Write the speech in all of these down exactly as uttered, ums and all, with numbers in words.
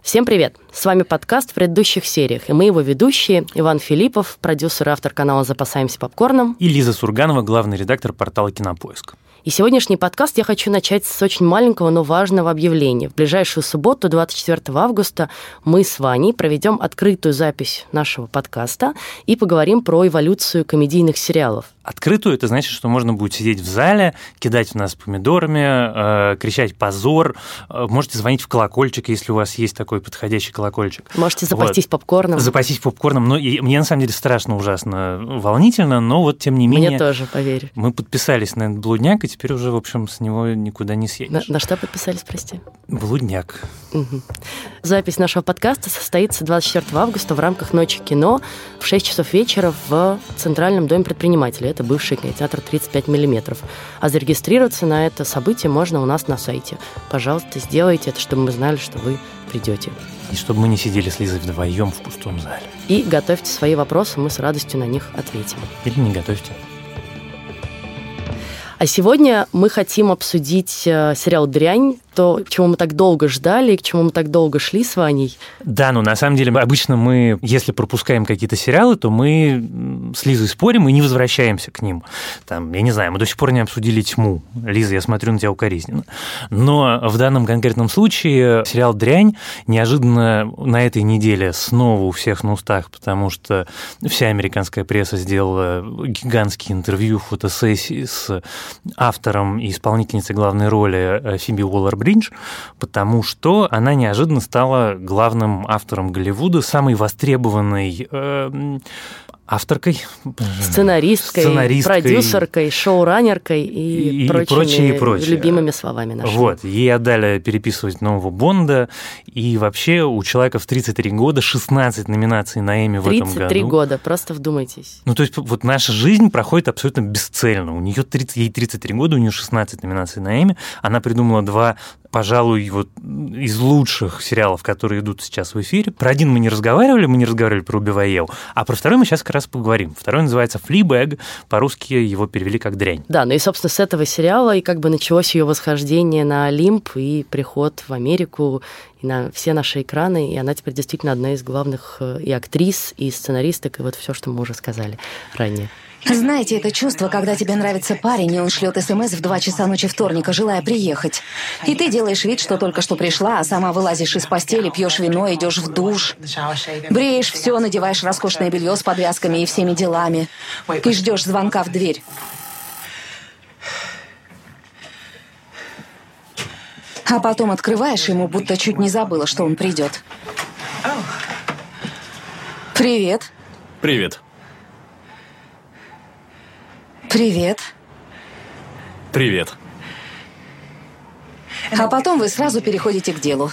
Всем привет! С вами подкаст в предыдущих сериях, и мы его ведущие Иван Филиппов, продюсер и автор канала «Запасаемся попкорном», и Лиза Сурганова, главный редактор портала «Кинопоиск». И сегодняшний подкаст я хочу начать с очень маленького, но важного объявления. В ближайшую субботу, двадцать четвёртого августа, мы с Ваней проведем открытую запись нашего подкаста и поговорим про эволюцию комедийных сериалов. Открытую — это значит, что можно будет сидеть в зале, кидать в нас помидорами, э, кричать «позор», э, можете звонить в колокольчик, если у вас есть такой подходящий колокольчик. Можете запастись вот. попкорном. Запастись попкорном. Но и, мне, на самом деле, страшно, ужасно волнительно, но вот, тем не менее... Мне тоже, поверь. Мы подписались на этот блудняк, и теперь уже, в общем, с него никуда не съедешь. На, на что подписались, прости? Блудняк. Угу. Запись нашего подкаста состоится двадцать четвёртого августа в рамках «Ночи кино» в шесть часов вечера в Центральном доме предпринимателей. Это бывший кинотеатр тридцать пять миллиметров. А зарегистрироваться на это событие можно у нас на сайте. Пожалуйста, сделайте это, чтобы мы знали, что вы придете. И чтобы мы не сидели с Лизой вдвоем в пустом зале. И готовьте свои вопросы, мы с радостью на них ответим. Или не готовьте. А сегодня мы хотим обсудить сериал «Дрянь», то, чего мы так долго ждали и к чему мы так долго шли с Ваней. Да, ну на самом деле обычно мы, если пропускаем какие-то сериалы, то мы с Лизой спорим и не возвращаемся к ним. Там, я не знаю, мы до сих пор не обсудили «Тьму». Лиза, я смотрю на тебя укоризненно. Но в данном конкретном случае сериал «Дрянь» неожиданно на этой неделе снова у всех на устах, потому что вся американская пресса сделала гигантские интервью, фотосессии с автором и исполнительницей главной роли Фиби Уоллер-Бридж, потому что она неожиданно стала главным автором Голливуда, самой востребованной э, авторкой, сценаристкой, сценаристкой, продюсеркой, шоураннеркой и, и, прочими и прочее, и прочее. любимыми словами нашими. Вот, ей отдали переписывать нового Бонда, и вообще у человека в тридцать три года шестнадцать номинаций на Эмми в этом году. тридцать три года, просто вдумайтесь. Ну, то есть вот наша жизнь проходит абсолютно бесцельно. У нее тридцать, ей тридцать три года, у нее шестнадцать номинаций на Эмми. Она придумала два, пожалуй, вот из лучших сериалов, которые идут сейчас в эфире. Про один мы не разговаривали, мы не разговаривали про «Убивая Еву», а про второй мы сейчас как раз поговорим. Второй называется «Флибэг», по-русски его перевели как «Дрянь». Да, ну и, собственно, с этого сериала и как бы началось ее восхождение на Олимп и приход в Америку и на все наши экраны, и она теперь действительно одна из главных и актрис, и сценаристок, и вот все, что мы уже сказали ранее. Знаете, это чувство, когда тебе нравится парень, и он шлет СМС в два часа ночи вторника, желая приехать. И ты делаешь вид, что только что пришла, а сама вылазишь из постели, пьешь вино, идешь в душ, бреешь все, надеваешь роскошное белье с подвязками и всеми делами, и ждешь звонка в дверь. А потом открываешь ему, будто чуть не забыла, что он придет. Привет. Привет. Привет. Привет. А потом вы сразу переходите к делу.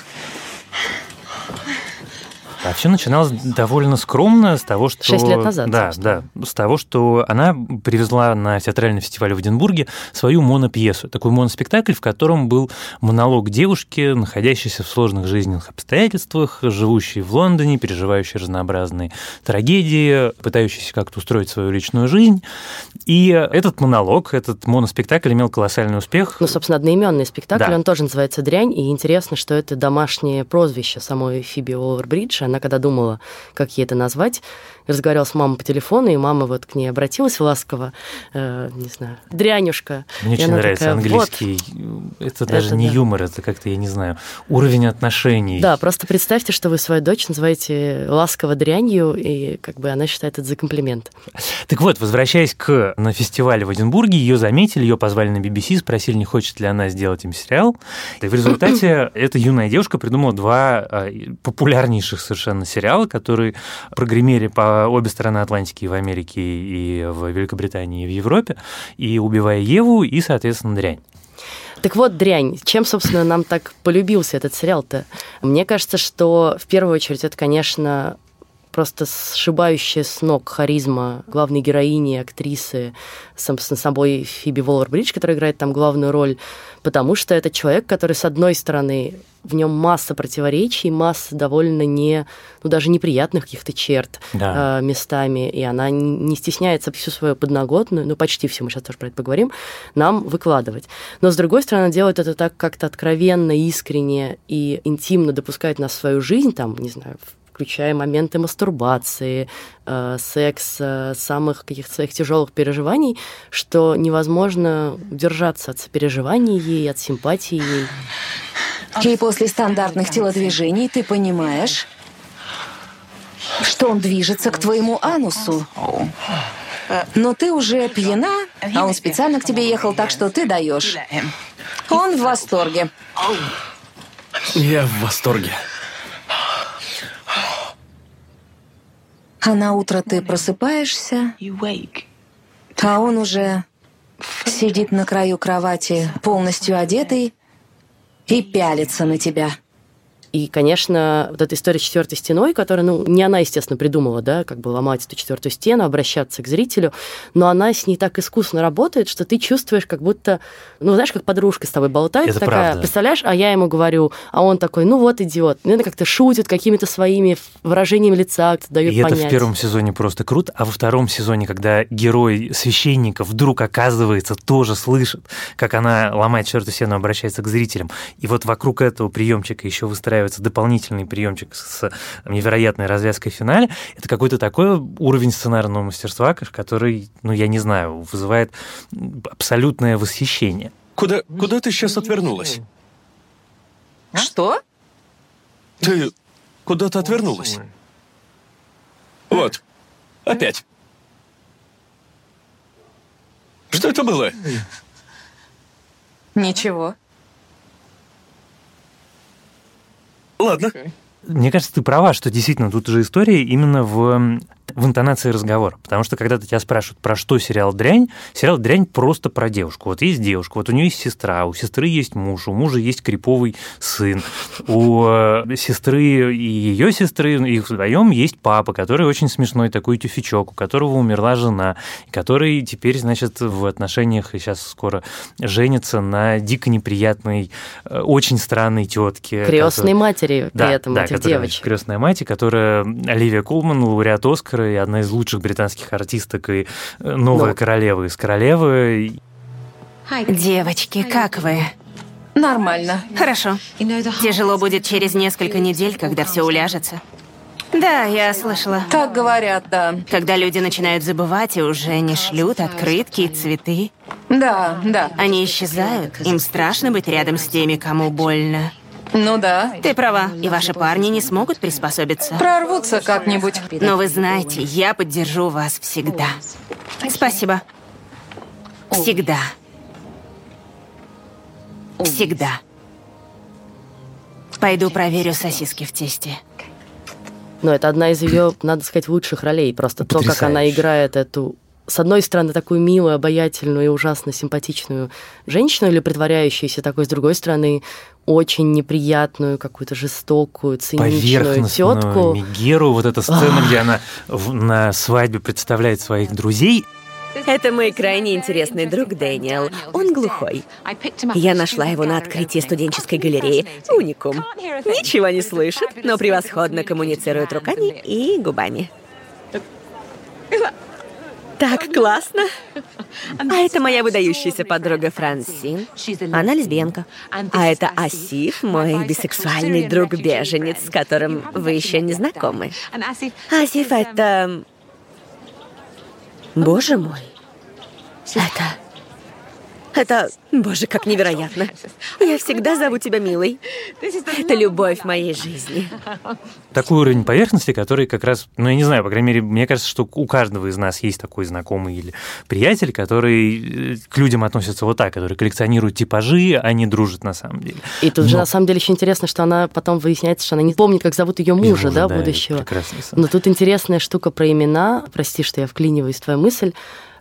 А все начиналось довольно скромно, с того, что... Шесть лет назад, Да, да, с того, что она привезла на театральный фестиваль в Эдинбурге свою монопьесу, такой моноспектакль, в котором был монолог девушки, находящейся в сложных жизненных обстоятельствах, живущей в Лондоне, переживающей разнообразные трагедии, пытающейся как-то устроить свою личную жизнь. И этот монолог, этот моноспектакль имел колоссальный успех. Ну, собственно, одноименный спектакль, да. Он тоже называется «Дрянь», и интересно, что это домашнее прозвище самой Фиби Уоллер-Бридж. Она когда думала, как ей это назвать, разговаривала с мамой по телефону, и мама вот к ней обратилась ласково, э, не знаю, дрянюшка. Мне очень нравится такая, английский. Вот, это даже это, не да. юмор, это как-то, я не знаю, уровень отношений. Да, просто представьте, что вы свою дочь называете ласково дрянью, и как бы она считает это за комплимент. Так вот, возвращаясь к на фестивале в Эдинбурге, ее заметили, ее позвали на би би си, спросили, не хочет ли она сделать им сериал. И в результате эта юная девушка придумала два популярнейших совершенно сериала, которые прогремели по обе стороны Атлантики, и в Америке, и в Великобритании, и в Европе, и «Убивая Еву», и, соответственно, «Дрянь». Так вот, «Дрянь». Чем, собственно, нам так полюбился этот сериал-то? Мне кажется, что в первую очередь это, конечно, просто сшибающая с ног харизма главной героини, актрисы, сам с собой Фиби Уоллер-Бридж, которая играет там главную роль, потому что это человек, который, с одной стороны, в нем масса противоречий, масса довольно не, ну, даже неприятных каких-то черт да. э, местами, и она не стесняется всю свою подноготную, ну, почти всю, мы сейчас тоже про это поговорим, нам выкладывать. Но, с другой стороны, она делает это так как-то откровенно, искренне и интимно допускает нас в свою жизнь, там, не знаю, включая моменты мастурбации, э, секса, самых каких-то своих тяжелых переживаний, что невозможно удержаться от сопереживания ей, от симпатии ей. И после стандартных телодвижений ты понимаешь, что он движется к твоему анусу. Но ты уже пьяна, а он специально к тебе ехал, так что ты даешь. Он в восторге. Я в восторге. А на утро ты просыпаешься, а он уже сидит на краю кровати, полностью одетый, и пялится на тебя. И, конечно, вот эта история с четвертой стеной, которая, ну, не она, естественно, придумала, да, как бы ломать эту четвертую стену, обращаться к зрителю, но она с ней так искусно работает, что ты чувствуешь, как будто, ну, знаешь, как подружка с тобой болтает, это такая, правда. Представляешь, а я ему говорю, а он такой, ну вот идиот, ну, это как-то шутит какими-то своими выражениями лица, дает И понять. это в первом сезоне просто круто, а во втором сезоне, когда герой священника вдруг, оказывается, тоже слышит, как она ломает четвертую стену, обращается к зрителям, и вот вокруг этого приемчика еще выстраивается дополнительный приемчик с невероятной развязкой в финале, это какой-то такой уровень сценарного мастерства, который, ну, я не знаю, вызывает абсолютное восхищение. Куда, куда ты сейчас отвернулась? Что? Ты куда-то отвернулась. Вот. Опять. Что это было? Ничего. Ладно. Мне кажется, ты права, что действительно тут же история именно в, в интонации разговора. Потому что когда тебя спрашивают, про что сериал «Дрянь», сериал «Дрянь» просто про девушку. Вот есть девушка, вот у нее есть сестра, у сестры есть муж, у мужа есть криповый сын, у сестры и ее сестры, их вдвоем есть папа, который очень смешной такой тюфячок, у которого умерла жена, который теперь, значит, в отношениях и сейчас скоро женится на дико неприятной, очень странной тетке. Крестной которая... матери при да, этом да, этих которая, девочек. Крестная мать, которая Оливия Колман, лауреат Оскара и одна из лучших британских артисток и новая Ну. королева из королевы. Девочки, как вы? Нормально. Хорошо. Тяжело будет через несколько недель, когда все уляжется. Да, я слышала. Так говорят, да. Когда люди начинают забывать и уже не шлют открытки и цветы. Да, да. Они исчезают. Им страшно быть рядом с теми, кому больно. Ну да. Ты права, и ваши парни не смогут приспособиться. Прорвутся как-нибудь. Но вы знаете, я поддержу вас всегда. Спасибо. Всегда. Всегда. Пойду проверю сосиски в тесте. Но это одна из ее, надо сказать, лучших ролей. Просто то, как она Потрясающе. играет эту, с одной стороны, такую милую, обаятельную и ужасно симпатичную женщину, или притворяющуюся такой, с другой стороны, очень неприятную, какую-то жестокую, циничную Поверхностную тетку. Мегеру, вот эта сцена, где она в- на свадьбе представляет своих друзей. Это мой крайне интересный друг Дэниел. Он глухой. Я нашла его на открытии студенческой галереи. Уникум. Ничего не слышит, но превосходно коммуницирует руками и губами. Так классно. А это моя выдающаяся подруга Франсин. Она лесбиянка. А это Асиф, мой бисексуальный друг-беженец, с которым вы еще не знакомы. Асиф — это... Боже мой. Это... Это... Боже, как невероятно. Я всегда зову тебя милой. Это любовь моей жизни. Такой уровень поверхности, который как раз, ну, я не знаю, по крайней мере, мне кажется, что у каждого из нас есть такой знакомый или приятель, который к людям относится вот так, который коллекционирует типажи, а не дружит на самом деле. И тут же, Но- на самом деле, очень интересно, что она потом выясняется, что она не помнит, как зовут ее мужа, мужа, да, да, будущего. прекрасный сын. Но тут интересная штука про имена. Прости, что я вклиниваюсь в твою мысль.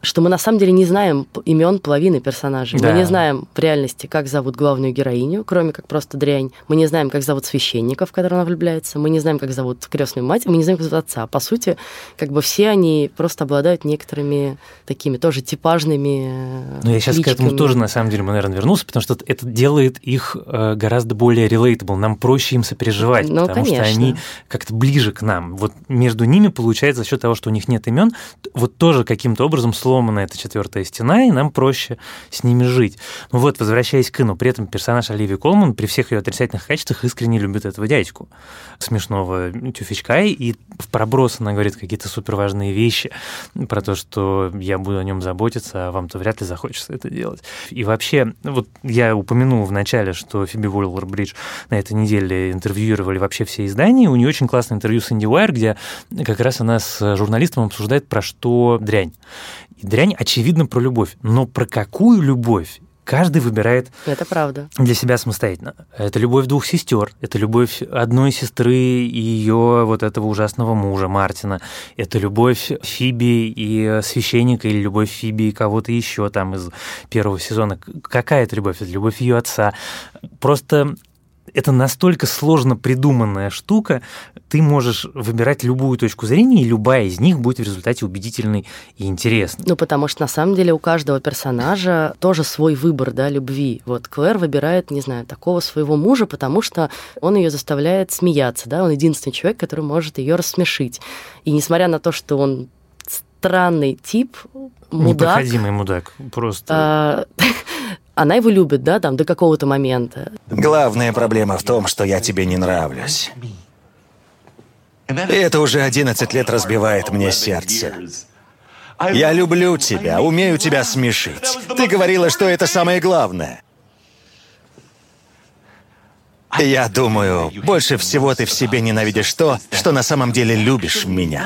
что мы на самом деле не знаем имен половины персонажей. Да. Мы не знаем в реальности, как зовут главную героиню, кроме как просто дрянь. Мы не знаем, как зовут священника, в которого она влюбляется. Мы не знаем, как зовут крестную мать. Мы не знаем, как зовут отца. По сути, как бы все они просто обладают некоторыми такими тоже типажными Ну, я сейчас личиками. к этому тоже, на самом деле, мы, наверное, вернулся, потому что это делает их гораздо более relatable. Нам проще им сопереживать, ну, потому конечно. что они как-то ближе к нам. Вот между ними, получается, за счет того, что у них нет имен, вот тоже каким-то образом сломана эта четвертая стена, и нам проще с ними жить. Ну вот, возвращаясь к Ину, при этом персонаж Оливии Колман при всех ее отрицательных качествах искренне любит этого дядьку, смешного тюфячка, и в проброс она говорит какие-то суперважные вещи про то, что я буду о нем заботиться, а вам-то вряд ли захочется это делать. И вообще, вот я упомянул в начале, что Фиби Уоллер-Бридж на этой неделе интервьюировали вообще все издания, у нее очень классное интервью с Инди Уайр, где как раз она с журналистом обсуждает, про что дрянь. И дрянь, очевидно, про любовь. Но про какую любовь? Каждый выбирает Это правда. для себя самостоятельно. Это любовь двух сестер, это любовь одной сестры и ее вот этого ужасного мужа Мартина, это любовь Фиби и священника, или любовь Фиби и кого-то еще там из первого сезона. Какая это любовь? Это любовь ее отца. Просто это настолько сложно придуманная штука, ты можешь выбирать любую точку зрения, и любая из них будет в результате убедительной и интересной. Ну, потому что, на самом деле, у каждого персонажа тоже свой выбор, да, любви. Вот Клэр выбирает, не знаю, такого своего мужа, потому что он ее заставляет смеяться, да, он единственный человек, который может ее рассмешить. И несмотря на то, что он странный тип, мудак... Непроходимый мудак, просто... А, она его любит, да, там, до какого-то момента. Главная проблема в том, что я тебе не нравлюсь. И это уже одиннадцать лет разбивает мне сердце. Я люблю тебя, умею тебя смешить. Ты говорила, что это самое главное. Я думаю, больше всего ты в себе ненавидишь то, что на самом деле любишь меня.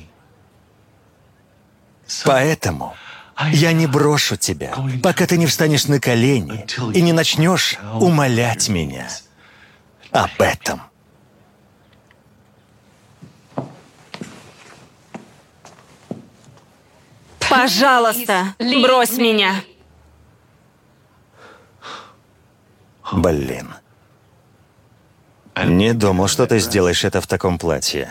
Поэтому я не брошу тебя, пока ты не встанешь на колени и не начнешь умолять меня об этом. Пожалуйста, брось меня. Блин. Не думал, что ты сделаешь это в таком платье.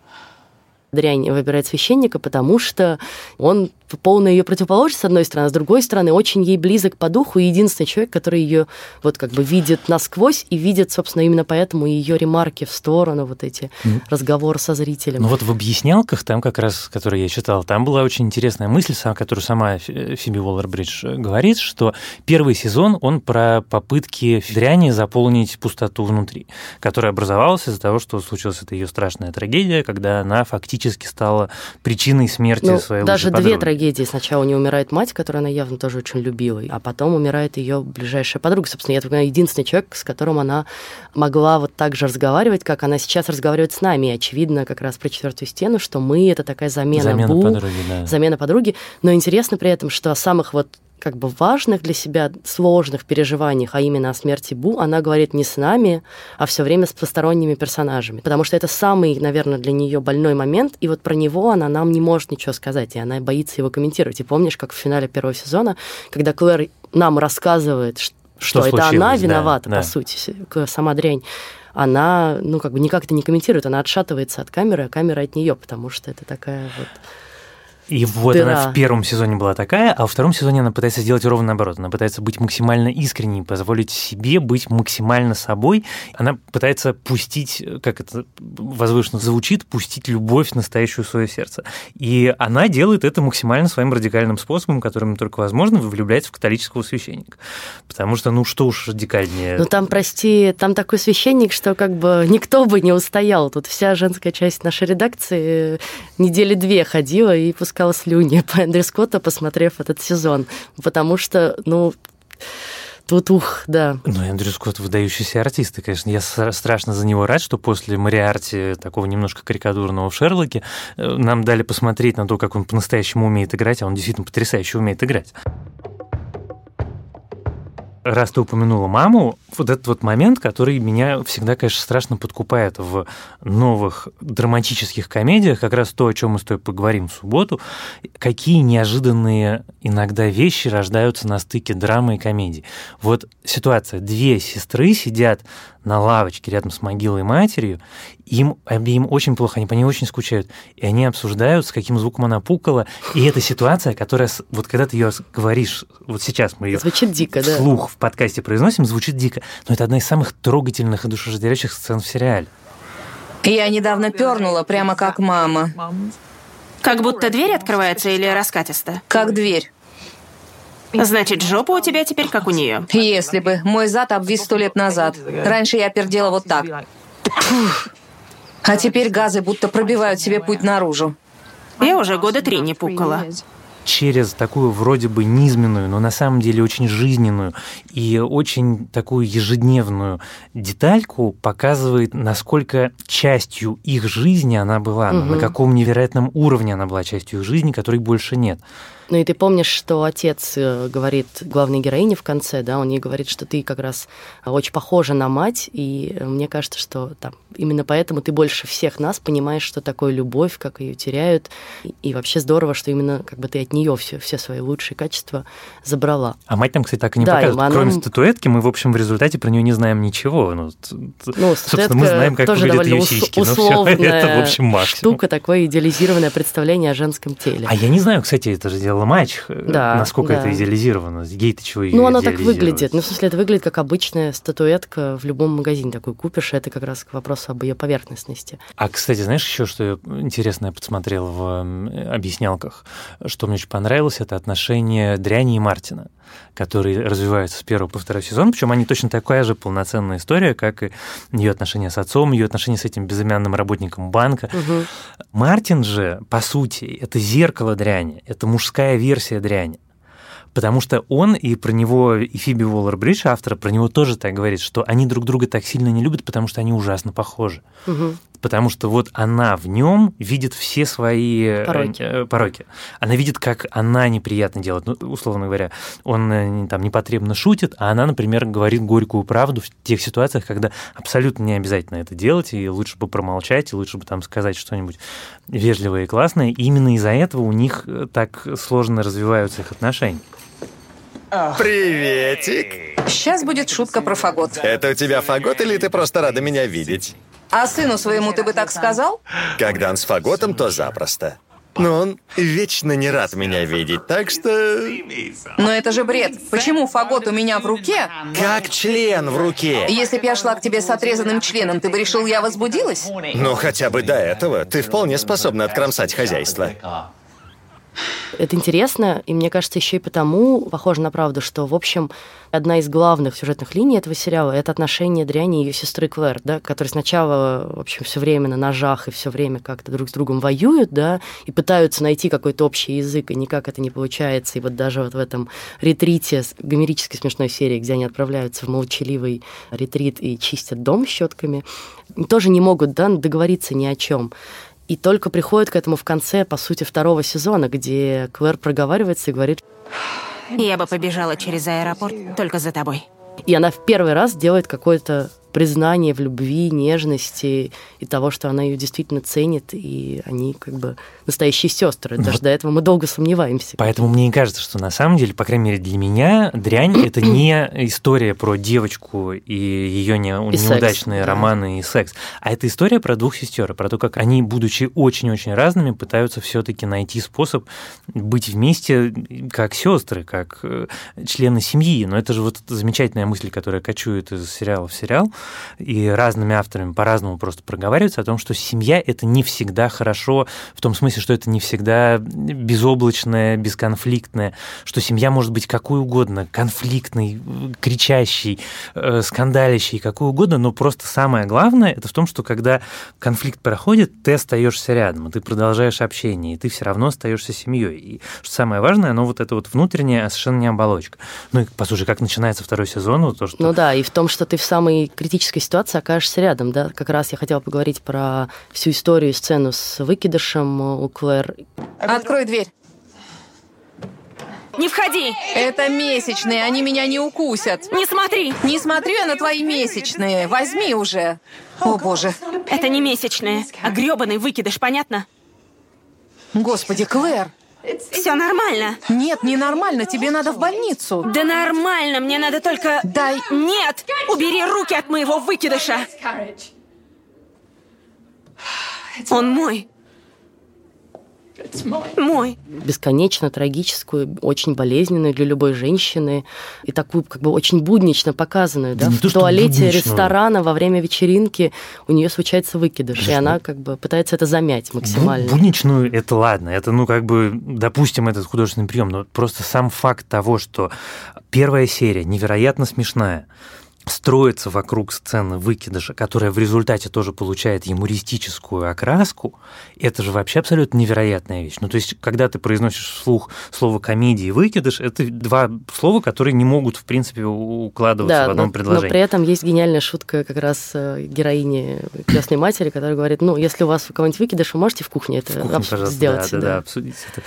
Дрянь выбирает священника, потому что он полная ее противоположность, с одной стороны, а с другой стороны, очень ей близок по духу, и единственный человек, который ее вот как бы видит насквозь и видит, собственно, именно поэтому ее ремарки в сторону, вот эти mm. разговоры со зрителем. Ну вот в объяснялках, там как раз, которые я читал, там была очень интересная мысль, которую сама Фиби Уоллер-Бридж говорит, что первый сезон, он про попытки дряни заполнить пустоту внутри, которая образовалась из-за того, что случилась эта ее страшная трагедия, когда она фактически стала причиной смерти ну, своей даже лучшей две подруги. трагедии. Сначала у нее умирает мать, которую она явно тоже очень любила, а потом умирает ее ближайшая подруга. Собственно, я так понимаю, единственный человек, с которым она могла вот так же разговаривать, как она сейчас разговаривает с нами. И очевидно, как раз про четвертую стену, что мы — это такая замена, замена Бу, подруги, да. замена подруги. Но интересно при этом, что о самых вот как бы важных для себя сложных переживаниях, а именно о смерти Бу, она говорит не с нами, а все время с посторонними персонажами. Потому что это самый, наверное, для нее больной момент, и вот про него она нам не может ничего сказать, и она боится его комментировать. И помнишь, как в финале первого сезона, когда Клэр нам рассказывает, что, что это она виновата, да, по да. сути, сама дрянь, она, ну, как бы никак это не комментирует, она отшатывается от камеры, а камера от нее, потому что это такая вот... И вот дыра. Она в первом сезоне была такая, а во втором сезоне она пытается сделать ровно наоборот. Она пытается быть максимально искренней, позволить себе быть максимально собой. Она пытается пустить, как это возвышенно звучит, пустить любовь настоящую в свое сердце. И она делает это максимально своим радикальным способом, которым только возможно, влюбляется в католического священника. Потому что, ну что уж радикальнее. Ну там, прости, там такой священник, что как бы никто бы не устоял. Тут вся женская часть нашей редакции недели две ходила и пускала слюни по Эндрю Скотту, посмотрев этот сезон. Потому что, ну, тут ух, да. Ну, Эндрю Скотт выдающийся артист, и, конечно, я страшно за него рад, что после Мориарти, такого немножко карикатурного в Шерлоке, нам дали посмотреть на то, как он по-настоящему умеет играть, а он действительно потрясающе умеет играть. Раз ты упомянула маму, вот этот вот момент, который меня всегда, конечно, страшно подкупает в новых драматических комедиях, как раз то, о чем мы с тобой поговорим в субботу, какие неожиданные иногда вещи рождаются на стыке драмы и комедии. Вот ситуация. Две сестры сидят на лавочке рядом с могилой матерью, им обеим очень плохо, они по ней очень скучают, и они обсуждают, с каким звуком она пукала, и эта ситуация, которая, вот когда ты ее говоришь, вот сейчас мы ее звучит дико, вслух да. в подкасте произносим, звучит дико, но это одна из самых трогательных и душераздирающих сцен в сериале. Я недавно пернула, прямо как мама. Как будто дверь открывается или раскатисто? Как дверь. Значит, жопа у тебя теперь как у нее. Если бы. Мой зад обвис сто лет назад. Раньше я пердела вот так. Фух. А теперь газы будто пробивают себе путь наружу. Я уже года три не пукала. Через такую вроде бы низменную, но на самом деле очень жизненную и очень такую ежедневную детальку показывает, насколько частью их жизни она была, угу. на каком невероятном уровне она была частью их жизни, которой больше нет. Ну и ты помнишь, что отец говорит главной героине в конце, да, он ей говорит, что ты как раз очень похожа на мать, и мне кажется, что там, именно поэтому ты больше всех нас понимаешь, что такое любовь, как ее теряют, и, и вообще здорово, что именно как бы ты от нее все, все свои лучшие качества забрала. А мать там, кстати, так и не да, показывает. она... Кроме статуэтки, мы, в общем, в результате про нее не знаем ничего. Ну, ну собственно, мы знаем, как выглядят ее сиськи, но все это, в общем, максимум. Штука, такое идеализированное представление о женском теле. А я не знаю, кстати, это же делала мачеха. Да, насколько да. это идеализировано. Ей-то чего ее Ну, оно так выглядит. Ну, в смысле, это выглядит как обычная статуэтка в любом магазине. Такую купишь, это как раз к вопросу об ее поверхностности. А, кстати, знаешь, еще что интересное я подсмотрел в объяснялках? Что мне очень понравилось, это отношения Дряни и Мартина, которые развиваются с первого по второй сезон. Причем они точно такая же полноценная история, как и ее отношения с отцом, ее отношения с этим безымянным работником банка. Угу. Мартин же, по сути, это зеркало Дряни, это мужская версия Дряни. Потому что он, и про него, и Фиби Уоллер-Бридж, автора, про него тоже так говорит, что они друг друга так сильно не любят, потому что они ужасно похожи. Угу. Потому что вот она в нем видит все свои пороки. пороки. Она видит, как она неприятно делает. Ну, условно говоря, он там непотребно шутит, а она, например, говорит горькую правду в тех ситуациях, когда абсолютно не обязательно это делать, и лучше бы промолчать, и лучше бы там сказать что-нибудь вежливое и классное. И именно из-за этого у них так сложно развиваются их отношения. Приветик. Сейчас будет шутка про фагот. Это у тебя фагот или ты просто рада меня видеть? А сыну своему ты бы так сказал? Когда он с фаготом, то запросто. Но он вечно не рад меня видеть, так что... Но это же бред. Почему фагот у меня в руке? Как член в руке. Если б я шла к тебе с отрезанным членом, ты бы решил, я возбудилась? Ну, хотя бы до этого ты вполне способна откромсать хозяйство. Это интересно, и мне кажется, еще и потому похоже на правду, что, в общем, одна из главных сюжетных линий этого сериала — это отношения Дряни и ее сестры Клэр, да, которые сначала, в общем, все время на ножах и все время как-то друг с другом воюют, да, и пытаются найти какой-то общий язык, и никак это не получается. И вот даже вот в этом ретрите, гомерически смешной серии, где они отправляются в молчаливый ретрит и чистят дом щетками, тоже не могут, да, договориться ни о чем. И только приходит к этому в конце, по сути, второго сезона, где Клэр проговаривается и говорит: «Я бы побежала через аэропорт только за тобой». И она в первый раз делает какое-то признание в любви, нежности и того, что она ее действительно ценит, и они как бы настоящие сестры. Даже вот. До этого мы долго сомневаемся. Поэтому мне и кажется, что на самом деле, по крайней мере для меня, «Дрянь» — это не история про девочку и ее не, и неудачные секс, романы да. и секс, а это история про двух сестер, про то, как они, будучи очень-очень разными, пытаются все-таки найти способ быть вместе как сестры, как члены семьи. Но это же вот эта замечательная мысль, которая кочует из сериала в сериал, и разными авторами по-разному просто проговаривается о том, что семья — это не всегда хорошо, в том смысле, что это не всегда безоблачное, бесконфликтное, что семья может быть какой угодно, конфликтной, кричащей, э, скандалящей, какой угодно, но просто самое главное — это в том, что когда конфликт проходит, ты остаешься рядом, и ты продолжаешь общение, и ты все равно остаешься семьей. И что самое важное, оно вот это вот внутренняя, а совершенно не оболочка. Ну и, послушай, как начинается второй сезон, вот то, что... Ну да, и в том, что ты в самой критической ситуации окажешься рядом, да. Как раз я хотела поговорить про всю историю, сцену с выкидышем у Клэр. Открой дверь. не входи! Это месячные, они меня не укусят. Не смотри! Не смотрю я на твои месячные. Возьми уже. О, боже. Это не месячные, а грёбаный выкидыш, понятно? Господи, Клэр. Все нормально. Нет, ненормально, тебе надо в больницу. Да нормально, мне надо только... Дай... Нет! Убери руки от моего выкидыша! Он мой. Мой. Бесконечно трагическую, очень болезненную для любой женщины и такую как бы очень буднично показанную, да, да в туалете ресторана во время вечеринки у нее случается выкидыш, да, и она как бы пытается это замять максимально. Будничную это ладно, это ну как бы, допустим, этот художественный прием, но просто сам факт того, что первая серия невероятно смешная, строится вокруг сцены выкидыша, которая в результате тоже получает юмористическую окраску, это же вообще абсолютно невероятная вещь. Ну, то есть, когда ты произносишь вслух слово «комедия» и «выкидыш», это два слова, которые не могут, в принципе, укладываться да, в одном но, предложении. Но при этом есть гениальная шутка как раз героини «Крестной матери», которая говорит, ну, если у вас у кого-нибудь выкидыш, вы можете в кухне это в кухне, сделать. Да, да, да, обсудить это.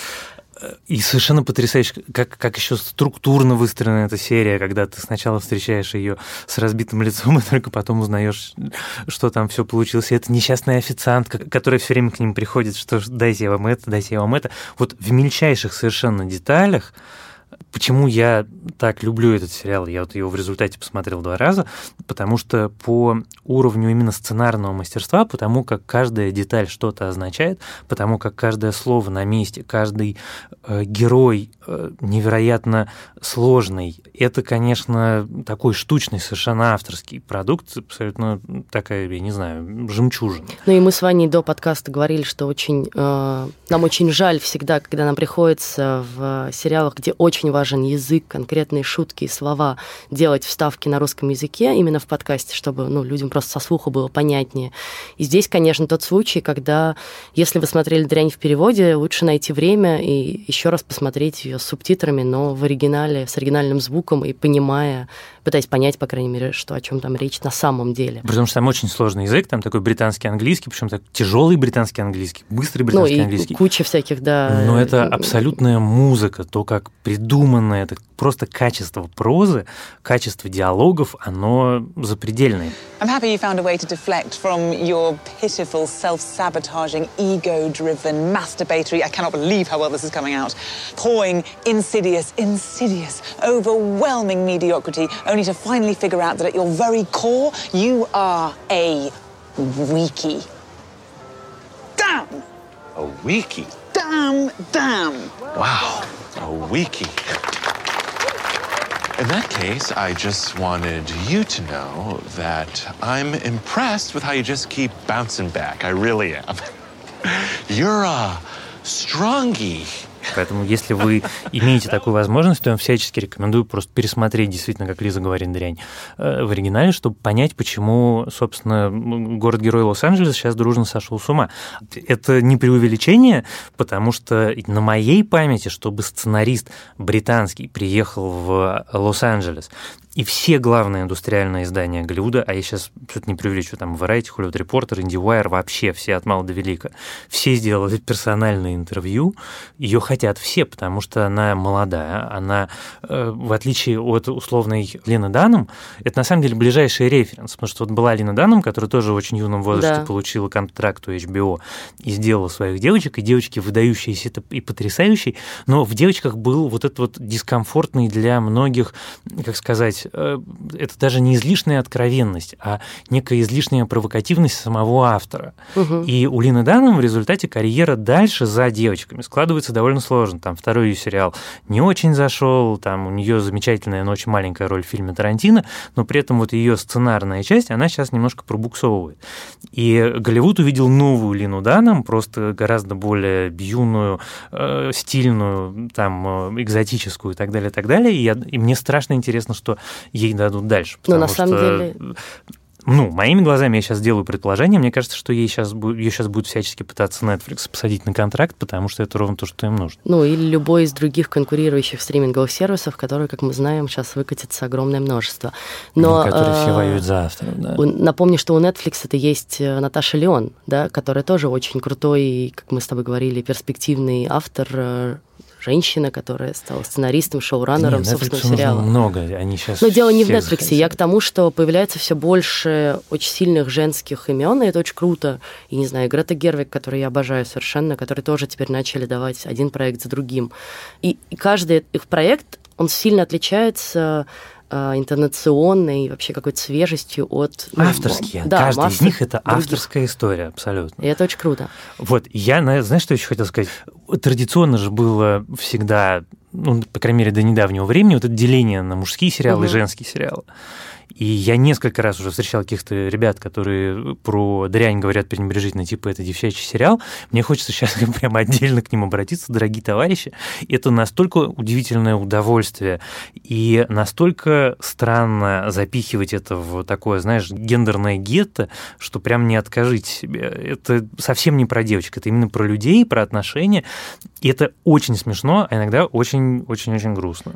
И совершенно потрясающе, как, как еще структурно выстроена эта серия, когда ты сначала встречаешь ее с разбитым лицом, и только потом узнаешь, что там все получилось. И это несчастная официантка, которая все время к ним приходит, что дайте я вам это, дайте я вам это. Вот в мельчайших совершенно деталях. Почему я так люблю этот сериал? Я вот его в результате посмотрел два раза, потому что по уровню именно сценарного мастерства, потому как каждая деталь что-то означает, потому как каждое слово на месте, каждый э, герой э, невероятно сложный. Это, конечно, такой штучный, совершенно авторский продукт, абсолютно такая, я не знаю, жемчужина. Ну и мы с Ваней до подкаста говорили, что очень, э, нам очень жаль всегда, когда нам приходится в сериалах, где очень важен язык, конкретные шутки и слова, делать вставки на русском языке именно в подкасте, чтобы ну, людям просто со слуха было понятнее. И здесь, конечно, тот случай, когда, если вы смотрели «Дрянь» в переводе, лучше найти время и еще раз посмотреть ее с субтитрами, но в оригинале, с оригинальным звуком и понимая, пытаясь понять, по крайней мере, что, о чем там речь на самом деле. Потому что там очень сложный язык, там такой британский английский, причем так тяжелый британский английский, быстрый британский ну, и английский. Куча всяких, да. Но это абсолютная музыка, то, как придумано, это просто качество прозы, качество диалогов, оно запредельное. I'm happy you found a way to deflect from your pitiful, self-sabotaging, ego-driven, masturbatory, I cannot believe how well this is coming out, pawing, insidious, insidious, overwhelming mediocrity, only to finally figure out that at your very core, you are a weakie. Damn! A weakie? Damn, damn! Wow, a weakie. In that case, I just wanted you to know that I'm impressed with how you just keep bouncing back. I really am. You're a strongy. Поэтому, если вы имеете такую возможность, то я вам всячески рекомендую просто пересмотреть, действительно, как Лиза говорит, «Дрянь» в оригинале, чтобы понять, почему, собственно, город-герой Лос-Анджелес сейчас дружно сошел с ума. Это не преувеличение, потому что на моей памяти, чтобы сценарист британский приехал в Лос-Анджелес, и все главные индустриальные издания Голливуда, а я сейчас что-то не преувеличу, там Variety, Hollywood Reporter, IndieWire, вообще все от мала до велика, все сделали персональное интервью, ее хотят все, потому что она молодая, она, в отличие от условной Лены Данном, это на самом деле ближайший референс, потому что вот была Лена Данном, которая тоже в очень юном возрасте да. получила контракт у эйч би о и сделала своих девочек, и девочки выдающиеся и потрясающие, но в девочках был вот этот вот дискомфортный для многих, как сказать, это даже не излишняя откровенность, а некая излишняя провокативность самого автора. Угу. И у Лины Данном в результате карьера дальше за девочками складывается довольно сложно. Там второй ее сериал не очень зашел, там у нее замечательная, но очень маленькая роль в фильме Тарантино, но при этом вот ее сценарная часть, она сейчас немножко пробуксовывает. И Голливуд увидел новую Лину Данном, просто гораздо более юную, э, стильную, там, экзотическую и так далее, и так далее. И, я, и мне страшно интересно, что ей дадут дальше. Но на что, самом деле... Ну, моими глазами я сейчас делаю предположение. Мне кажется, что ей сейчас, ее сейчас будет всячески пытаться Netflix посадить на контракт, потому что это ровно то, что им нужно. Ну, или любой из других конкурирующих стриминговых сервисов, которые, как мы знаем, сейчас выкатится огромное множество. Но, которые э, все воюют за авторов, да. Напомню, что у Netflix это есть Наташа Леон, да, которая тоже очень крутой, как мы с тобой говорили, перспективный автор женщина, которая стала сценаристом, шоураннером Нет, собственного сериала. Много, они сейчас. Но дело не в Netflix. захотели. Я к тому, что появляется все больше очень сильных женских имен, и это очень круто. И не знаю, Грета Гервиг, которую я обожаю совершенно, которые тоже теперь начали давать один проект за другим. И, и каждый их проект, он сильно отличается интонационной, вообще какой-то свежестью от... Ну, авторские. Да, каждый из них — это других. Авторская история, абсолютно. И это очень круто. Вот, я, знаешь, что еще хотел сказать? Традиционно же было всегда, ну, по крайней мере, до недавнего времени, вот это деление на мужские сериалы угу. и женские сериалы. И я несколько раз уже встречал каких-то ребят, которые про дрянь говорят пренебрежительно, типа это девчачий сериал. Мне хочется сейчас прямо отдельно к ним обратиться, дорогие товарищи. Это настолько удивительное удовольствие и настолько странно запихивать это в такое, знаешь, гендерное гетто, что прям не откажите себе. Это совсем не про девочек, это именно про людей, про отношения. И это очень смешно, а иногда очень-очень-очень грустно.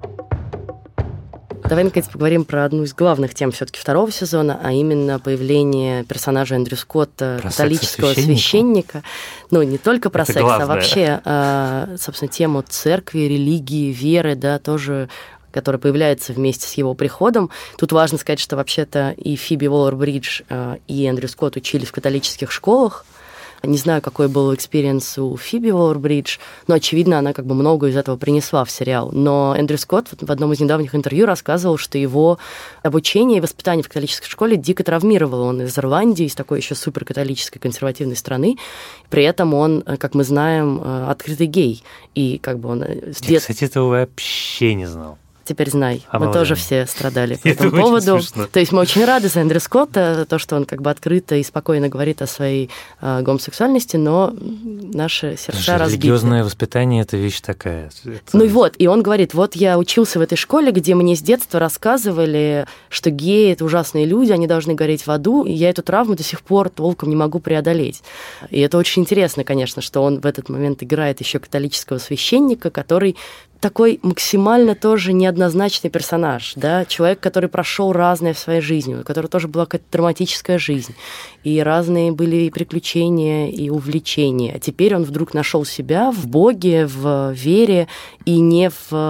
Давай, наконец, поговорим про одну из главных тем все-таки второго сезона, а именно появление персонажа Эндрю Скотта, про католического священника. Ну, не только про Это секс, главное. а вообще, собственно, тему церкви, религии, веры, да, тоже, которая появляется вместе с его приходом. Тут важно сказать, что вообще-то и Фиби Уоллер-Бридж, и Эндрю Скотт учились в католических школах. Не знаю, какой был экспириенс у Фиби Уоллер-Бридж, но, очевидно, она как бы много из этого принесла в сериал. Но Эндрю Скотт в одном из недавних интервью рассказывал, что его обучение и воспитание в католической школе дико травмировало. Он из Ирландии, из такой еще суперкатолической консервативной страны. При этом он, как мы знаем, открытый гей. И как бы он... Я, дет... кстати, этого вообще не знал. Теперь знай. Обалденно. Мы тоже все страдали по Это этому поводу. Смешно. То есть мы очень рады за Эндрю Скотта, то, что он как бы открыто и спокойно говорит о своей э, гомосексуальности, но наши сердца разбиты. Религиозное воспитание – это вещь такая. Это... Ну и вот, и он говорит, вот я учился в этой школе, где мне с детства рассказывали, что геи – это ужасные люди, они должны гореть в аду, и я эту травму до сих пор толком не могу преодолеть. И это очень интересно, конечно, что он в этот момент играет еще католического священника, который... такой максимально тоже неоднозначный персонаж, да, человек, который прошел разное в своей жизни, у которого тоже была какая-то драматическая жизнь, и разные были и приключения, и увлечения. А теперь он вдруг нашел себя в Боге, в вере, и не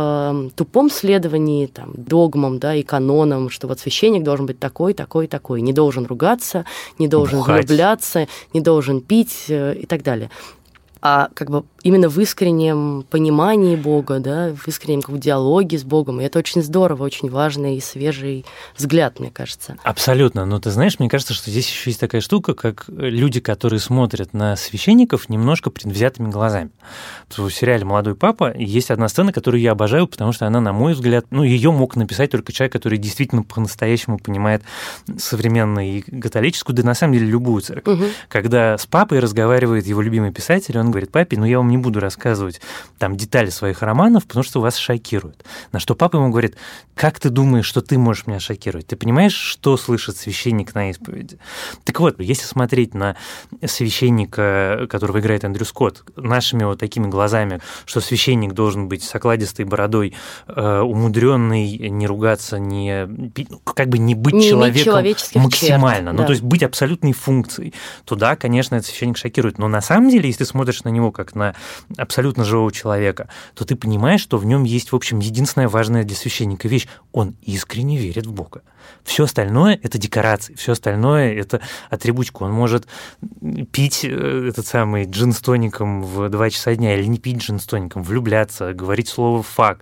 в тупом следовании там, догмам, да, и канонам, что вот священник должен быть такой, такой, такой, не должен ругаться, не должен Бухать. влюбляться, не должен пить и так далее. А как бы именно в искреннем понимании Бога, да, в искреннем как бы, диалоге с Богом. И это очень здорово, очень важный и свежий взгляд, мне кажется. Абсолютно. Но ты знаешь, мне кажется, что здесь еще есть такая штука, как люди, которые смотрят на священников немножко предвзятыми глазами. В сериале «Молодой папа» есть одна сцена, которую я обожаю, потому что она, на мой взгляд, ну, ее мог написать только человек, который действительно по-настоящему понимает современную и католическую, да на самом деле любую церковь. Угу. Когда с папой разговаривает его любимый писатель, он говорит: папе, ну я вам не буду рассказывать там детали своих романов, потому что вас шокирует. На что папа ему говорит: как ты думаешь, что ты можешь меня шокировать? Ты понимаешь, что слышит священник на исповеди? Так вот, если смотреть на священника, которого играет Эндрю Скотт, нашими вот такими глазами, что священник должен быть с окладистой бородой, э, умудренный, не ругаться, не, как бы не быть не человеком максимально, черт, ну да. то есть быть абсолютной функцией, то да, конечно, этот священник шокирует. Но на самом деле, если ты смотришь на него как на абсолютно живого человека, то ты понимаешь, что в нем есть, в общем, единственная важная для священника вещь. Он искренне верит в Бога. Все остальное – это декорации, все остальное – это атрибутика. Он может пить этот самый джин с тоником в два часа дня или не пить джин с тоником, влюбляться, говорить слово «фак».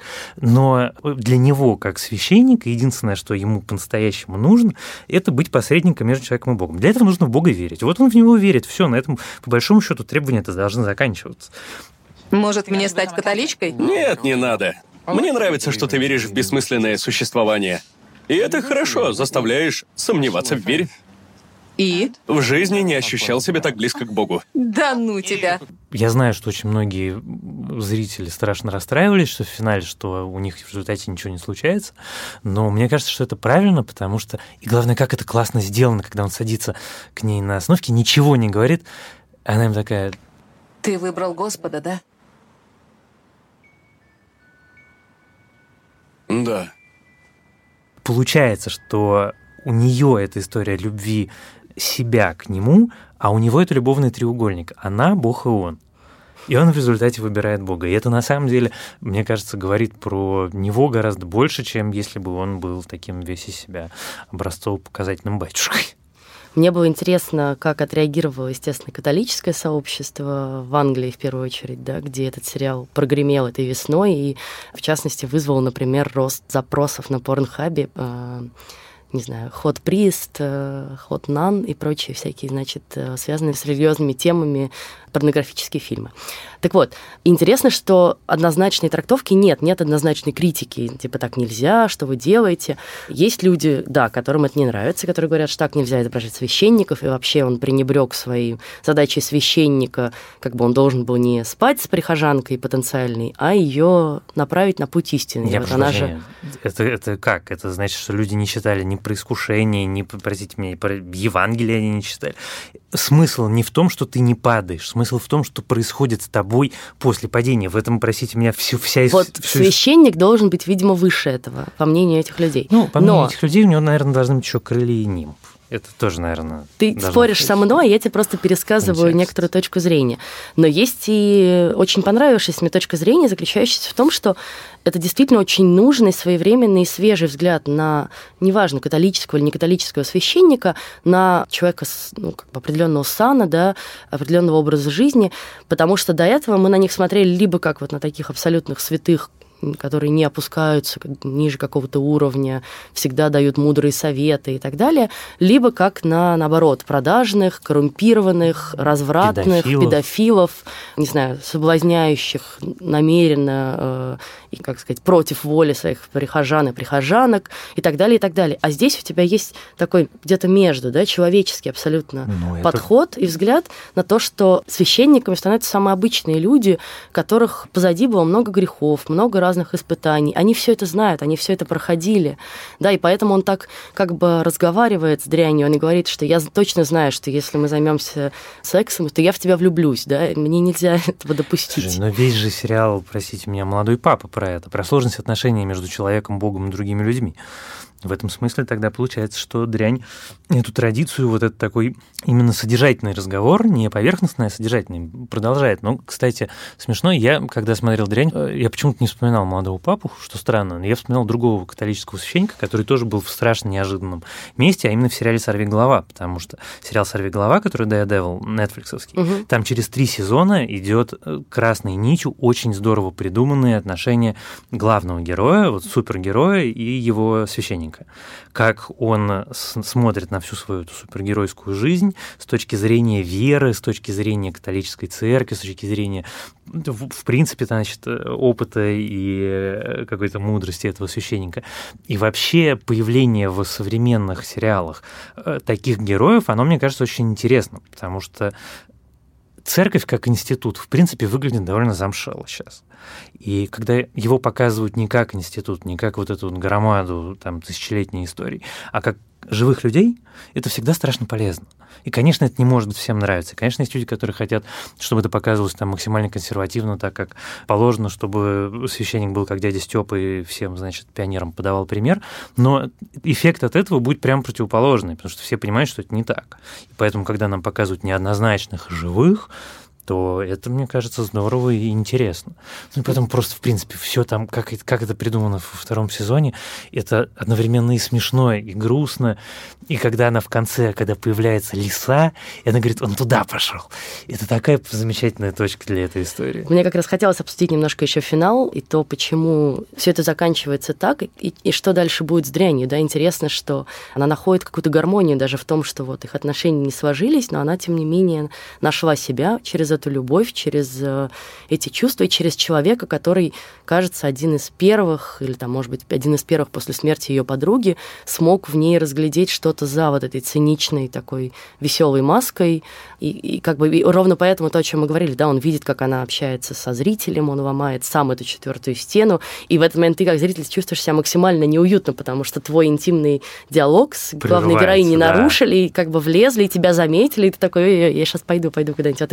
Но для него, как священника, единственное, что ему по-настоящему нужно, это быть посредником между человеком и Богом. Для этого нужно в Бога верить. Вот он в него верит. Все, на этом, по большому счету, требования-то должны заканчиваться. Может, мне стать католичкой? Нет, не надо. Мне нравится, что ты веришь в бессмысленное существование. И это хорошо, заставляешь сомневаться в вере. И? В жизни не ощущал себя так близко к Богу. Да ну тебя. Я знаю, что очень многие зрители страшно расстраивались, что в финале, что у них в результате ничего не случается, но мне кажется, что это правильно, потому что, и главное, как это классно сделано, когда он садится к ней на остановке, ничего не говорит, она им такая: ты выбрал Господа, да? Да. Получается, что у нее эта история любви себя к нему, а у него это любовный треугольник. Она, Бог и он. И он в результате выбирает Бога. И это на самом деле, мне кажется, говорит про него гораздо больше, чем если бы он был таким весь из себя образцово-показательным батюшкой. Мне было интересно, как отреагировало, естественно, католическое сообщество в Англии, в первую очередь, да, где этот сериал прогремел этой весной и, в частности, вызвал, например, рост запросов на Порнхабе, э, не знаю, Hot Priest, э, Hot Nun и прочие всякие, значит, э, связанные с религиозными темами порнографические фильмы. Так вот, интересно, что однозначной трактовки нет, нет однозначной критики, типа так нельзя, что вы делаете. Есть люди, да, которым это не нравится, которые говорят, что так нельзя изображать священников, и вообще он пренебрег своей задачей священника, как бы он должен был не спать с прихожанкой потенциальной, а ее направить на путь истины. Я вот прошу она прощения. же... это, это как? Это значит, что люди не читали ни про искушение, ни, простите меня, про Евангелие они не читали. Смысл не в том, что ты не падаешь, смысл в том, что происходит с тобой после падения. В этом, простите меня, всю, вся... Вот всю... священник должен быть, видимо, выше этого, по мнению этих людей. Ну, по мнению Но... этих людей, у него, наверное, должны быть еще крылья и нимб. Это тоже, наверное... Ты споришь быть. со мной, я тебе просто пересказываю Контекст. некоторую точку зрения. Но есть и очень понравившаяся мне точка зрения, заключающаяся в том, что это действительно очень нужный, своевременный и свежий взгляд на, неважно, католического или некатолического священника, на человека ну, как бы определенного сана, да, определенного образа жизни, потому что до этого мы на них смотрели либо как вот на таких абсолютных святых, которые не опускаются ниже какого-то уровня, всегда дают мудрые советы и так далее, либо как на, наоборот, продажных, коррумпированных, развратных, педофилов, педофилов не знаю, соблазняющих намеренно э, и, как сказать, против воли своих прихожан и прихожанок и так далее, и так далее. А здесь у тебя есть такой где-то между, да, человеческий абсолютно ну, это... подход и взгляд на то, что священниками становятся самые обычные люди, у которых позади было много грехов, много разных разных испытаний. Они все это знают, они все это проходили. Да, и поэтому он так как бы разговаривает с дрянью, он и говорит, что я точно знаю, что если мы займемся сексом, то я в тебя влюблюсь, да, мне нельзя этого допустить. Слушай, но весь же сериал, простите меня, «Молодой папа» про это, про сложность отношений между человеком, Богом и другими людьми. В этом смысле тогда получается, что дрянь эту традицию, вот этот такой именно содержательный разговор, не поверхностный, а содержательный, продолжает. Но, кстати, смешно, я, когда смотрел дрянь, я почему-то не вспоминал «Молодого папу», что странно, но я вспоминал другого католического священника, который тоже был в страшно неожиданном месте, а именно в сериале «Сорвиголова», потому что сериал «Сорвиголова», который Daredevil, нетфликсовский, угу. там через три сезона идет красной нитью очень здорово придуманные отношения главного героя, вот супергероя и его священника. Как он смотрит на всю свою эту супергеройскую жизнь с точки зрения веры, с точки зрения католической церкви, с точки зрения, в принципе, значит, опыта и какой-то мудрости этого священника. И вообще появление в современных сериалах таких героев, оно, мне кажется, очень интересно, потому что церковь как институт, в принципе, выглядит довольно замшело сейчас. И когда его показывают не как институт, не как вот эту вот громаду там, тысячелетней истории, а как живых людей, это всегда страшно полезно. И, конечно, это не может всем нравиться. Конечно, есть люди, которые хотят, чтобы это показывалось там максимально консервативно, так как положено, чтобы священник был как дядя Степа и всем, значит, пионерам подавал пример. Но эффект от этого будет прямо противоположный, потому что все понимают, что это не так. И поэтому, когда нам показывают неоднозначных живых, то это, мне кажется, здорово и интересно. Ну и поэтому просто, в принципе, все там, как, как это придумано во втором сезоне, это одновременно и смешно, и грустно. И когда она в конце, когда появляется лиса, и она говорит, он туда пошел. Это такая замечательная точка для этой истории. Мне как раз хотелось обсудить немножко еще финал и то, почему все это заканчивается так, и, и что дальше будет с дрянью. Да, интересно, что она находит какую-то гармонию даже в том, что вот их отношения не сложились, но она, тем не менее, нашла себя через эту любовь, через эти чувства и через человека, который, кажется, один из первых, или там, может быть, один из первых после смерти ее подруги, смог в ней разглядеть что-то за вот этой циничной такой веселой маской. И, и как бы и ровно поэтому то, о чем мы говорили, да, он видит, как она общается со зрителем, он ломает сам эту четвертую стену, и в этот момент ты, как зритель, чувствуешь себя максимально неуютно, потому что твой интимный диалог с главной героиней да. нарушили, и как бы влезли, и тебя заметили, и ты такой, я сейчас пойду, пойду куда-нибудь от экрана.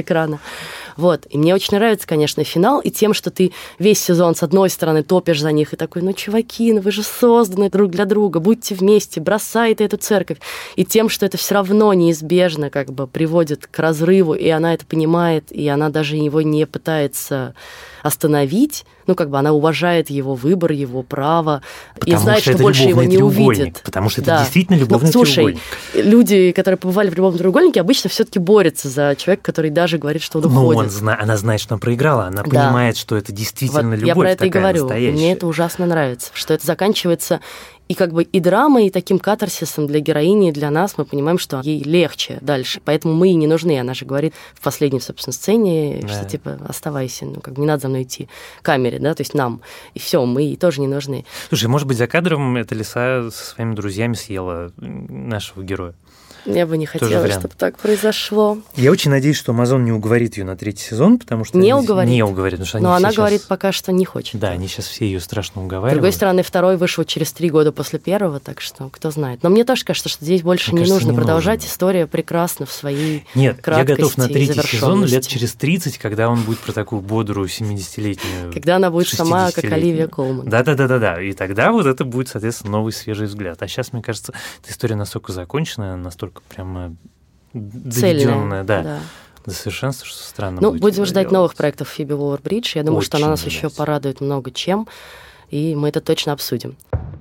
Вот. И мне очень нравится, конечно, финал, и тем, что ты весь сезон, с одной стороны, топишь за них, и такой, ну, чуваки, ну вы же созданы друг для друга, будьте вместе, бросайте эту церковь. И тем, что это все равно неизбежно как бы приводит к разрыву, и она это понимает, и она даже его не пытается остановить, ну, как бы она уважает его выбор, его право, потому и знает, что, что больше его не увидит. Потому что да. это действительно любовный ну, слушай, треугольник. Люди, которые побывали в любовном треугольнике, обычно все-таки борются за человека, который даже говорит, что он ну, уходит. Он зна... Она знает, что она проиграла, она да. понимает, что это действительно вот любовь я про это такая и говорю. настоящая. Мне это ужасно нравится, что это заканчивается и как бы и драмой, и таким катарсисом для героини, и для нас. Мы понимаем, что ей легче дальше, поэтому мы и не нужны. Она же говорит в последней, собственно, сцене, да. что типа оставайся, ну как бы не надо за мной идти к камере, да, то есть нам. И все, мы ей тоже не нужны. Слушай, может быть, за кадром эта лиса со своими друзьями съела нашего героя? Я бы не хотела, чтобы так произошло. Я очень надеюсь, что Amazon не уговорит ее на третий сезон, потому что... Не уговорит. Не уговорит, потому что они Но она сейчас... говорит пока что не хочет. Да, они сейчас все ее страшно уговаривают. С другой стороны, второй вышел через три года после первого, так что кто знает. Но мне тоже кажется, что здесь больше мне не кажется, нужно не продолжать. Нужно. История прекрасна в своей Нет, краткости. Я готов на третий сезон лет через тридцать, когда он будет про такую бодрую семидесятилетнюю, когда она будет сама, как Оливия Колман. Да-да-да-да. И тогда вот это будет, соответственно, новый свежий взгляд. А сейчас, мне кажется, эта история настолько законченная, настолько прямо... Цельная, да, да. до совершенства, что странно Ну, будет будем ждать делать. новых проектов Фиби Уоллер-Бридж. Я думаю, Очень что она нас ждать. еще порадует много чем, и мы это точно обсудим.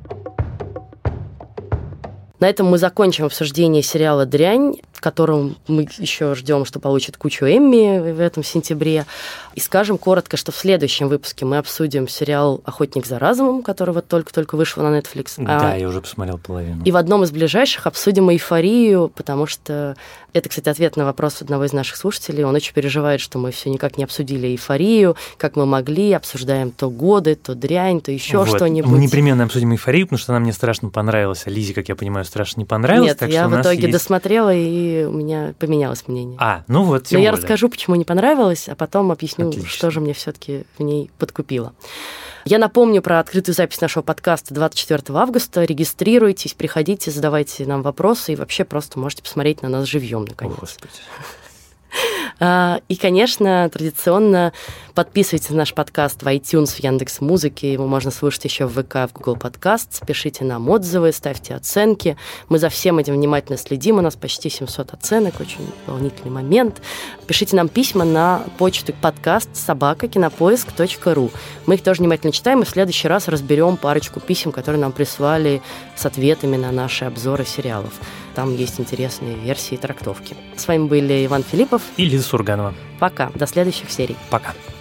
На этом мы закончим обсуждение сериала «Дрянь», в котором мы еще ждем, что получит кучу Эмми в этом сентябре. И скажем коротко, что в следующем выпуске мы обсудим сериал «Охотник за разумом», который вот только-только вышел на Netflix. Да, а... я уже посмотрел половину. И в одном из ближайших обсудим «Эйфорию», потому что это, кстати, ответ на вопрос одного из наших слушателей. Он очень переживает, что мы все никак не обсудили «Эйфорию», как мы могли, обсуждаем то годы, то дрянь, то еще вот. Что-нибудь. Мы непременно обсудим «Эйфорию», потому что она мне страшно понравилась, а Лизе, как я понимаю, страшно не понравилась. Нет, так я что в итоге есть... досмотрела, и у меня поменялось мнение. А, ну вот, тем Но я более. расскажу, почему не понравилось, а потом объясню, Отлично. Что же мне все-таки в ней подкупило. Я напомню про открытую запись нашего подкаста двадцать четвёртого августа. Регистрируйтесь, приходите, задавайте нам вопросы, и вообще просто можете посмотреть на нас живьем, наконец. Господи. И, конечно, традиционно подписывайтесь на наш подкаст в iTunes, в Яндекс.Музыке. Его можно слушать еще в ВК, в Google Подкаст. Пишите нам отзывы, ставьте оценки. Мы за всем этим внимательно следим. У нас почти семьсот оценок. Очень волнительный момент. Пишите нам письма на почту подкаст собака кинопоиск точка ру. Мы их тоже внимательно читаем, и в следующий раз разберем парочку писем, которые нам прислали с ответами на наши обзоры сериалов. Там есть интересные версии и трактовки. С вами были Иван Филиппов и Лиза Сурганова. Пока. До следующих серий. Пока.